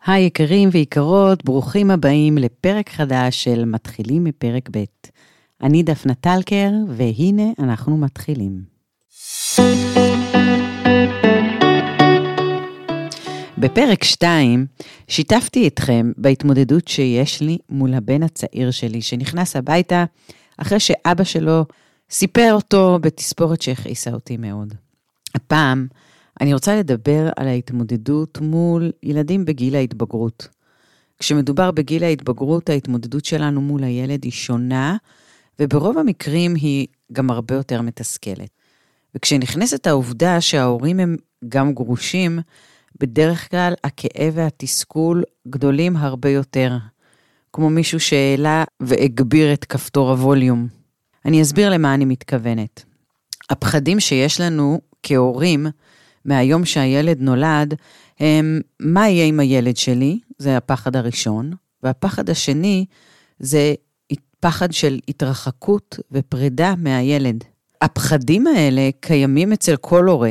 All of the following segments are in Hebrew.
היי יקרים ויקרות, ברוכים הבאים לפרק חדש של מתחילים מפרק ב'. אני דפנה טלקר, והנה אנחנו מתחילים. בפרק 2 שיתפתי אתכם בהתמודדות שיש לי מול הבן הצעיר שלי, שנכנס הביתה אחרי שאבא שלו סיפר אותו בתספורת שהכעיסה אותי מאוד. הפעם אני רוצה לדבר על ההתמודדות מול ילדים בגיל ההתבגרות. כשמדובר בגיל ההתבגרות, ההתמודדות שלנו מול הילד היא שונה, וברוב המקרים היא גם הרבה יותר מתסכלת. וכשנכנסת העובדה שההורים הם גם גרושים, בדרך כלל הכאב והתסכול גדולים הרבה יותר, כמו מישהו שהעלה והגביר את כפתור הווליום. אני אסביר למה אני מתכוונת. הפחדים שיש לנו כהורים, מהיום שהילד נולד, הם מה יהיה עם הילד שלי, זה הפחד הראשון, והפחד השני זה פחד של התרחקות ופרידה מהילד. הפחדים האלה קיימים אצל כל הורה,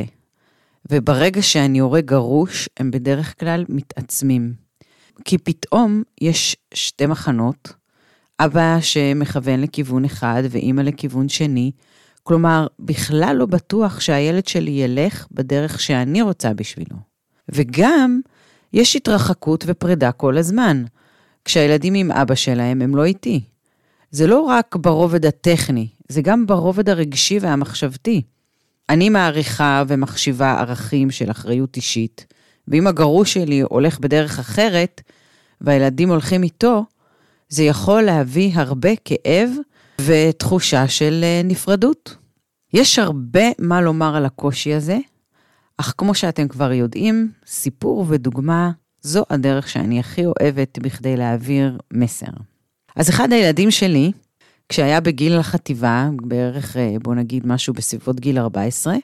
וברגע שאני הורה גרוש, הם בדרך כלל מתעצמים. כי פתאום יש שתי מחנות, אבא שמכוון לכיוון אחד ואמא לכיוון שני, כלומר, בכלל לא בטוח שהילד שלי ילך בדרך שאני רוצה בשבילו. וגם יש התרחקות ופרידה כל הזמן. כשהילדים עם אבא שלהם הם לא איתי. זה לא רק ברובד הטכני, זה גם ברובד הרגשי והמחשבתי. אני מעריכה ומחשיבה ערכים של אחריות אישית, ואם הגרוש שלי הולך בדרך אחרת, והילדים הולכים איתו, זה יכול להביא הרבה כאב ותחושה של נפרדות. יש הרבה מה לומר על הקושי הזה, אך כמו שאתם כבר יודעים, סיפור ודוגמה, זו הדרך שאני הכי אוהבת בכדי להעביר מסר. אז אחד הילדים שלי, כשהיה בגיל החטיבה, בערך בוא נגיד משהו בסביבות גיל 14,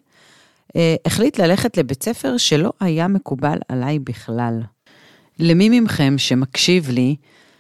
החליט ללכת לבית ספר שלא היה מקובל עליי בכלל. למי מכם שמקשיב לי,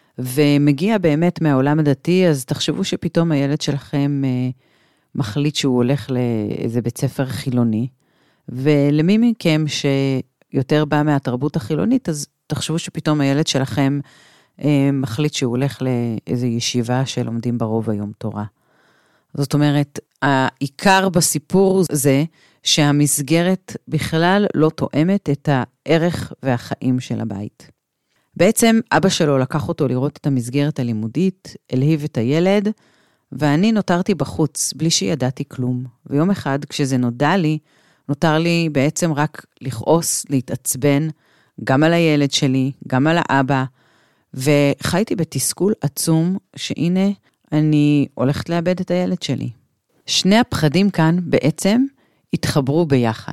ומגיע באמת מהעולם הדתי, אז תחשבו שפתאום הילד שלכם מחליט שהוא הולך לאיזה בית ספר חילוני, ולמי מכם שיותר בא מהתרבות החילונית, אז תחשבו שפתאום הילד שלכם מחליט שהוא הולך לאיזו ישיבה שלומדים ברוב היום תורה. זאת אומרת, העיקר בסיפור זה שהמסגרת בכלל לא תואמת את הערך והחיים של הבית. בעצם אבא שלו לקח אותו לראות את המסגרת הלימודית, אלהיב את הילד, ואני נותרתי בחוץ, בלי שידעתי כלום. ויום אחד, כשזה נודע לי, נותר לי בעצם רק לכעוס, להתעצבן, גם על הילד שלי, גם על האבא, וחייתי בתסכול עצום, שהנה אני הולכת לאבד את הילד שלי. שני הפחדים כאן בעצם התחברו ביחד.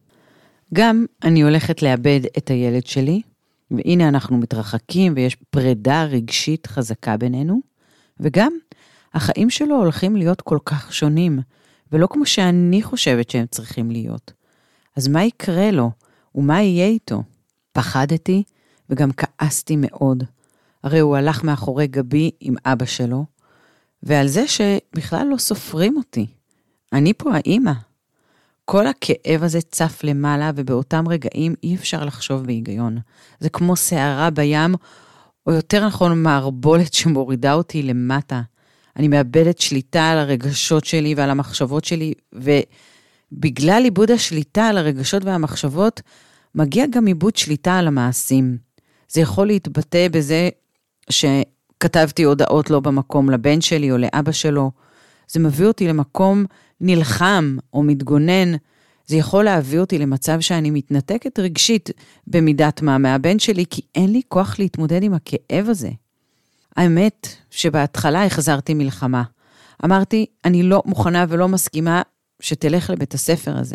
גם אני הולכת לאבד את הילד שלי, והנה אנחנו מתרחקים ויש פרידה רגשית חזקה בינינו, וגם החיים שלו הולכים להיות כל כך שונים, ולא כמו שאני חושבת שהם צריכים להיות. אז מה יקרה לו? ומה יהיה איתו? פחדתי וגם כעסתי מאוד. הרי הוא הלך מאחורי גבי עם אבא שלו, ועל זה שבכלל לא סופרים אותי. אני פה האמא. כל הכאב הזה צף למעלה, ובאותם רגעים אי אפשר לחשוב בהיגיון. זה כמו שערה בים, או יותר נכון מערבולת שמורידה אותי למטה. אני מאבדת שליטה על הרגשות שלי ועל המחשבות שלי, ובגלל איבוד השליטה על הרגשות והמחשבות, מגיע גם איבוד שליטה על המעשים. זה יכול להתבטא בזה שכתבתי הודעות לא במקום לבן שלי או לאבא שלו. זה מביא אותי למקום נלחם או מתגונן. זה יכול להביא אותי למצב שאני מתנתקת רגשית במידת מה מהבן שלי, כי אין לי כוח להתמודד עם הכאב הזה. האמת שבהתחלה החזרתי מלחמה. אמרתי, אני לא מוכנה ולא מסכימה שתלך לבית הספר הזה.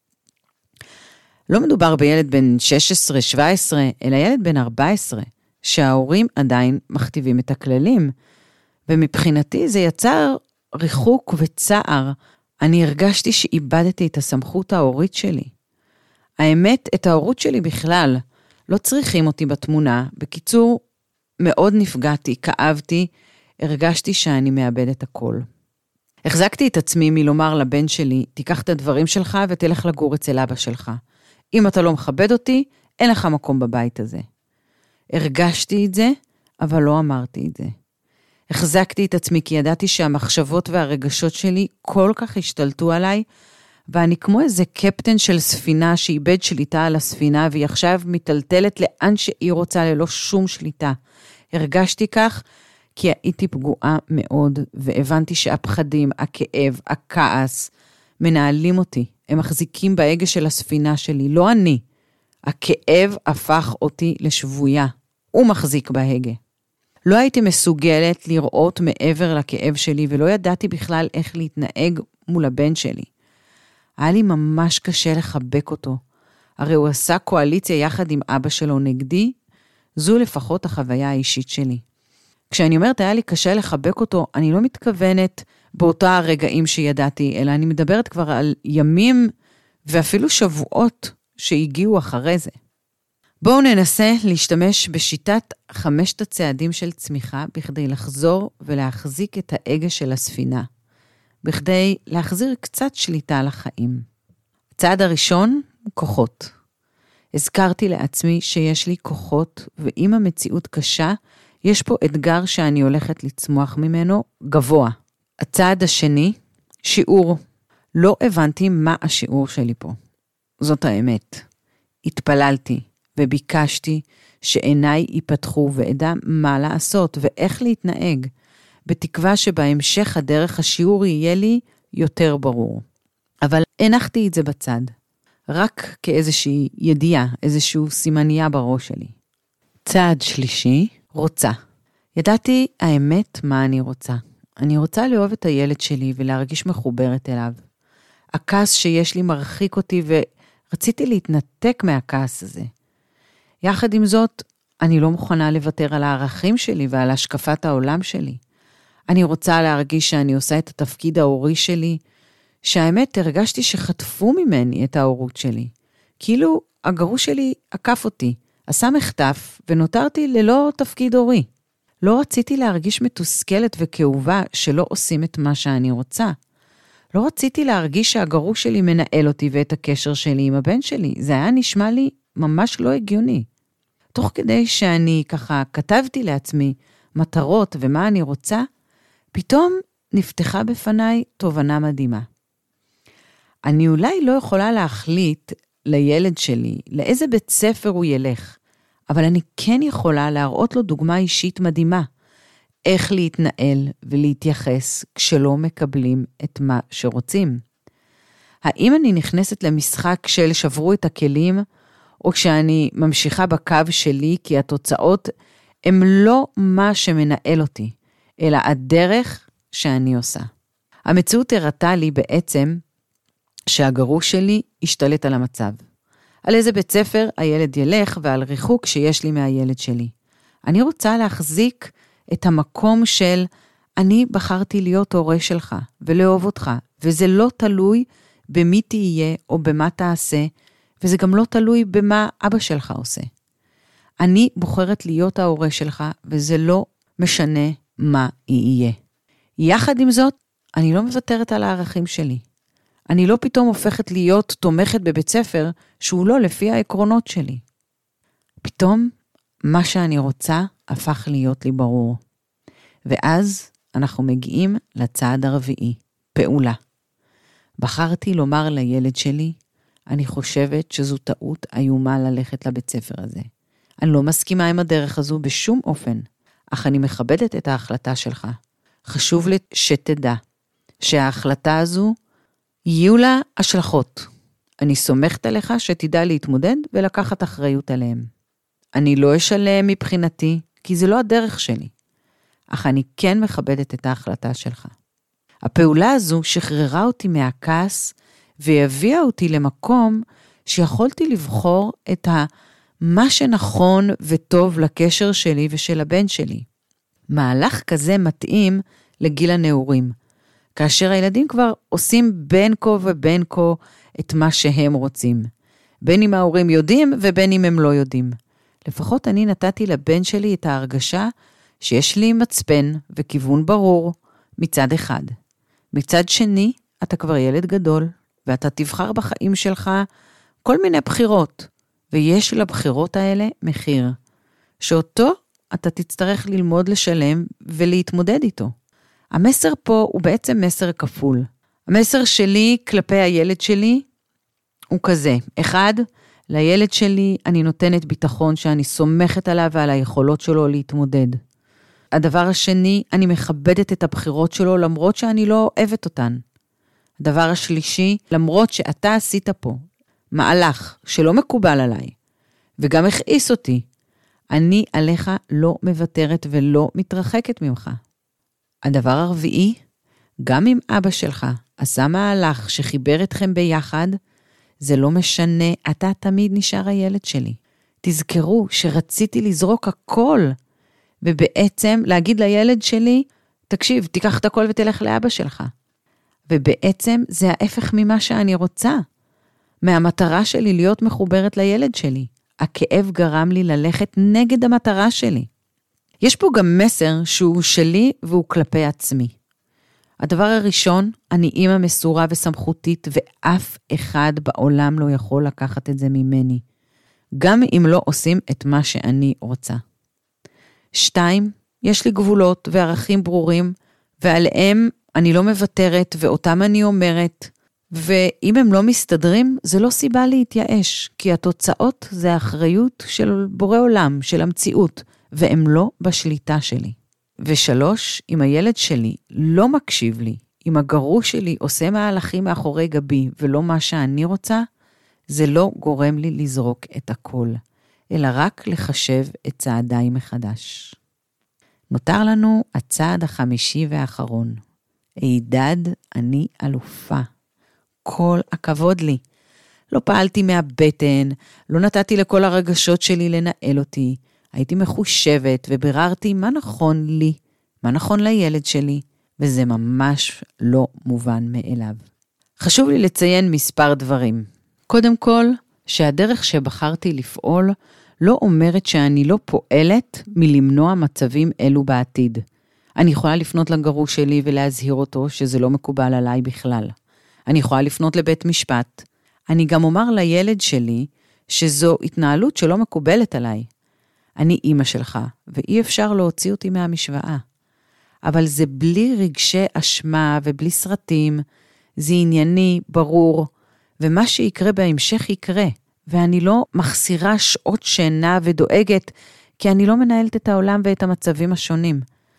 לא מדובר בילד בן 16-17, אלא ילד בן 14, שההורים עדיין מכתיבים את הכללים. ומבחינתי זה יצר ריחוק וצער. אני הרגשתי שאיבדתי את הסמכות ההורית שלי. האמת, את ההורות שלי בכלל, לא צריכים אותי בתמונה. בקיצור, מאוד נפגעתי, כאבתי, הרגשתי שאני מאבד את הכל. החזקתי את עצמי מלומר לבן שלי, תיקח את הדברים שלך ותלך לגור אצל אבא שלך. אם אתה לא מכבד אותי, אין לך מקום בבית הזה. הרגשתי את זה, אבל לא אמרתי את זה. החזקתי את עצמי כי ידעתי שהמחשבות והרגשות שלי כל כך השתלטו עליי, ואני כמו איזה קפטן של ספינה שאיבד שליטה על הספינה, והיא עכשיו מטלטלת לאן שהיא רוצה ללא שום שליטה. הרגשתי כך כי הייתי פגועה מאוד, והבנתי שהפחדים, הכאב, הכעס, מנהלים אותי. הם מחזיקים בהגה של הספינה שלי, לא אני. הכאב הפך אותי לשבויה. הוא מחזיק בהגה. לא הייתי מסוגלת לראות מעבר לכאב שלי, ולא ידעתי בכלל איך להתנהג מול הבן שלי. היה לי ממש קשה לחבק אותו. הרי הוא עשה קואליציה יחד עם אבא שלו נגדי, זו לפחות החוויה האישית שלי. כשאני אומרת היה לי קשה לחבק אותו, אני לא מתכוונת באותה הרגעים שידעתי, אלא אני מדברת כבר על ימים ואפילו שבועות שהגיעו אחרי זה. בואו ננסה להשתמש בשיטת 5 הצעדים של צמיחה, בכדי לחזור ולהחזיק את ההגה של הספינה, בכדי להחזיר קצת שליטה לחיים. הצעד הראשון, כוחות. הזכרתי לעצמי שיש לי כוחות, ואם המציאות קשה, יש פה אתגר שאני הולכת לצמוח ממנו גבוה. הצעד השני, שיעור. לא הבנתי מה השיעור שלי פה. זאת האמת. התפללתי וביקשתי שעיניי ייפתחו ואדע מה לעשות ואיך להתנהג, בתקווה שבהמשך הדרך השיעור יהיה לי יותר ברור. אבל הנחתי את זה בצד, רק כאיזושהי ידיעה, איזשהו סימניה בראש שלי. צעד שלישי, רוצה. ידעתי האמת מה אני רוצה. אני רוצה לאהוב את הילד שלי ולהרגיש מחוברת אליו. הכעס שיש לי מרחיק אותי ורציתי להתנתק מהכעס הזה. יחד עם זאת, אני לא מוכנה לוותר על הערכים שלי ועל השקפת העולם שלי. אני רוצה להרגיש שאני עושה את התפקיד ההורי שלי, שהאמת הרגשתי שחטפו ממני את ההורות שלי. כאילו הגרוש שלי עקף אותי, עשה מחטף ונותרתי ללא תפקיד הורי. לא רציתי להרגיש מתוסכלת וכאובה שלא עושים את מה שאני רוצה. לא רציתי להרגיש שהגרוש שלי מנהל אותי ואת הקשר שלי עם הבן שלי. זה היה נשמע לי ממש לא הגיוני. תוך כדי שאני ככה כתבתי לעצמי מטרות ומה אני רוצה, פתאום נפתחה בפניי תובנה מדהימה. אני אולי לא יכולה להחליט לילד שלי לאיזה בית ספר הוא ילך, אבל אני כן יכולה להראות לו דוגמה אישית מדהימה, איך להתנהל ולהתייחס כשלא מקבלים את מה שרוצים. האם אני נכנסת למשחק של שברו את הכלים, או כשאני ממשיכה בקו שלי, כי התוצאות הם לא מה שמנהל אותי, אלא הדרך שאני עושה. המציאות הראתה לי בעצם שהגרוש שלי השתלט על המצב. על איזה בית ספר הילד ילך ועל ריחוק שיש לי מהילד שלי. אני רוצה להחזיק את המקום של אני בחרתי להיות הורה שלך ולאהוב אותך, וזה לא תלוי במי תהיה או במה תעשה, וזה גם לא תלוי במה אבא שלך עושה. אני בוחרת להיות ההורה שלך, וזה לא משנה מה יהיה. יחד עם זאת, אני לא מוותרת על הערכים שלי. אני לא פתאום הופכת להיות תומכת בבית ספר שהוא לא לפי העקרונות שלי. פתאום מה שאני רוצה הפך להיות לי ברור. ואז אנחנו מגיעים לצעד הרביעי, פעולה. בחרתי לומר לילד שלי, אני חושבת שזו טעות איומה ללכת לבית ספר הזה. אני לא מסכימה עם הדרך הזו בשום אופן, אך אני מכבדת את ההחלטה שלך. חשוב לי שתדע שההחלטה הזו יהיו לה השלכות. אני סומכת עליך שתדע להתמודד ולקחת אחריות עליהם. אני לא אשלם מבחינתי, כי זה לא הדרך שלי. אך אני כן מכבדת את ההחלטה שלך. הפעולה הזו שחררה אותי מהכעס, והביאה אותי למקום שיכולתי לבחור את מה שנכון וטוב לקשר שלי ושל הבן שלי. מהלך כזה מתאים לגיל הנעורים, כאשר הילדים כבר עושים בין כה ובין כה את מה שהם רוצים. בין אם ההורים יודעים ובין אם הם לא יודעים. לפחות אני נתתי לבן שלי את ההרגשה שיש לי מצפן וכיוון ברור מצד אחד. מצד שני, אתה כבר ילד גדול, ואתה תבחר בחיים שלך כל מיני בחירות, ויש לבחירות האלה מחיר. שאותו אתה תצטרך ללמוד לשלם ולהתמודד איתו. המסר פה הוא בעצם מסר כפול. המסר שלי כלפי הילד שלי הוא כזה. 1, לילד שלי אני נותנת ביטחון שאני סומכת עליו ועל היכולות שלו להתמודד. הדבר השני, אני מכבדת את הבחירות שלו למרות שאני לא אוהבת אותן. הדבר השלישי, למרות שאתה עשית פה מהלך שלא מקובל עליי, וגם הכעיס אותי, אני עליך לא מוותרת ולא מתרחקת ממך. הדבר הרביעי, גם אם אבא שלך עשה מהלך שחיבר אתכם ביחד, זה לא משנה, אתה תמיד נשאר הילד שלי. תזכרו שרציתי לזרוק הכל, ובעצם להגיד לילד שלי, תקשיב, תיקח את הכל ותלך לאבא שלך. ובעצם זה ההפך ממה שאני רוצה. מהמטרה שלי להיות מחוברת לילד שלי. הכאב גרם לי ללכת נגד המטרה שלי. יש פה גם מסר שהוא שלי והוא כלפי עצמי. הדבר הראשון, אני אימא מסורה וסמכותית, ואף אחד בעולם לא יכול לקחת את זה ממני. גם אם לא עושים את מה שאני רוצה. 2, יש לי גבולות וערכים ברורים, ועליהם אני לא מוותרת, ואותם אני אומרת, ואם הם לא מסתדרים, זה לא סיבה להתייאש, כי התוצאות זה האחריות של בורא עולם, של המציאות, והם לא בשליטה שלי. 3, אם הילד שלי לא מקשיב לי, אם הגרוש שלי עושה מהלכים מאחורי גבי, ולא מה שאני רוצה, זה לא גורם לי לזרוק את הכל, אלא רק לחשב את צעדיי מחדש. נותר לנו הצעד החמישי והאחרון. הידד, אני אלופה. כל הכבוד לי. לא פעלתי מהבטן, לא נתתי לכל הרגשות שלי לנהל אותי. הייתי מחושבת וביררתי מה נכון לי, מה נכון לילד שלי, וזה ממש לא מובן מאליו. חשוב לי לציין מספר דברים. קודם כל, שהדרך שבחרתי לפעול לא אומרת שאני לא פועלת מלמנוע מצבים אלו בעתיד. אני יכולה לפנות לגרוש שלי ולהזהיר אותו שזה לא מקובל עליי בכלל. אני יכולה לפנות לבית משפט. אני גם אומר לילד שלי שזו התנהלות שלא מקובלת עליי. אני אימא שלך, ואי אפשר להוציא אותי מהמשוואה. אבל זה בלי רגשי אשמה ובלי סרטים, זה ענייני, ברור, ומה שיקרה בהמשך יקרה. ואני לא מחסירה שעות שינה ודואגת, כי אני לא מנהלת את העולם ואת המצבים השונים.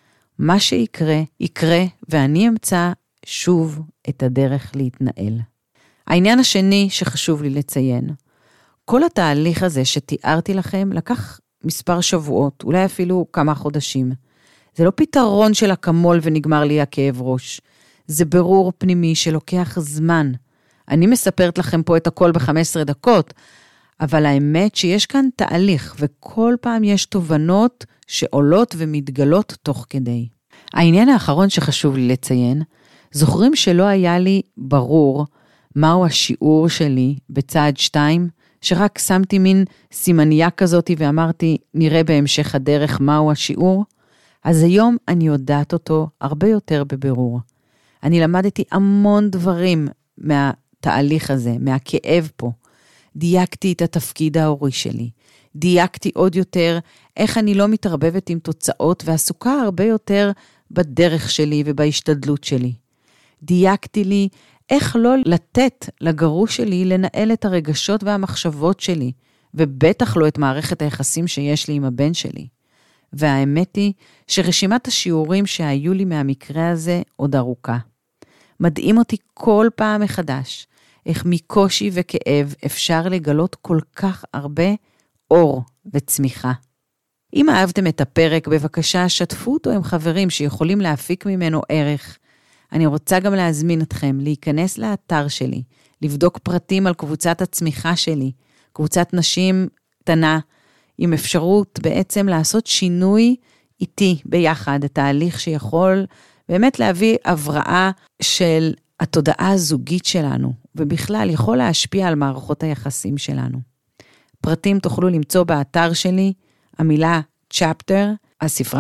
מה שיקרה, יקרה, ואני אמצא שוב את הדרך להתנהל. העניין השני שחשוב לי לציין, כל התהליך הזה שתיארתי לכם לקח מספר שבועות, אולי אפילו כמה חודשים. זה לא פתרון של אקמול ונגמר לי הכאב ראש. זה ברור פנימי שלוקח זמן. אני מספרת לכם פה את הכל ב-15 דקות, אבל האמת שיש כאן תהליך, וכל פעם יש תובנות שעולות ומתגלות תוך כדי. העניין האחרון שחשוב לי לציין, זוכרים שלא היה לי ברור מהו השיעור שלי בצעד 2, שרק שמתי מין סימניה כזאת ואמרתי, נראה בהמשך הדרך מהו השיעור? אז היום אני יודעת אותו הרבה יותר בבירור. אני למדתי המון דברים מהתהליך הזה, מהכאב פה. דייקתי את התפקיד ההורי שלי. דייקתי עוד יותר איך אני לא מתערבבת עם תוצאות ועסוקה הרבה יותר בדרך שלי ובהשתדלות שלי. דייקתי לי איך לא לתת לגרוש שלי לנהל את הרגשות והמחשבות שלי, ובטח לא את מערכת היחסים שיש לי עם הבן שלי. והאמת היא שרשימת השיעורים שהיו לי מהמקרה הזה עוד ארוכה. מדהים אותי כל פעם מחדש, איך מקושי וכאב אפשר לגלות כל כך הרבה אור וצמיחה. אם אהבתם את הפרק, בבקשה שתפו אותו עם חברים שיכולים להפיק ממנו ערך. אני רוצה גם להזמין אתכם להיכנס לאתר שלי, לבדוק פרטים על קבוצת הצמיחה שלי, קבוצת נשים קטנה, עם אפשרות בעצם לעשות שינוי איתי ביחד, התהליך שיכול באמת להביא הבראה של התודעה הזוגית שלנו, ובכלל יכול להשפיע על מערכות היחסים שלנו. פרטים תוכלו למצוא באתר שלי, המילה chapter, הספרה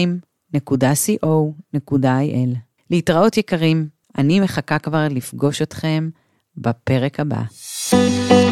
2.co.il. להתראות יקרים, אני מחכה כבר לפגוש אתכם בפרק הבא.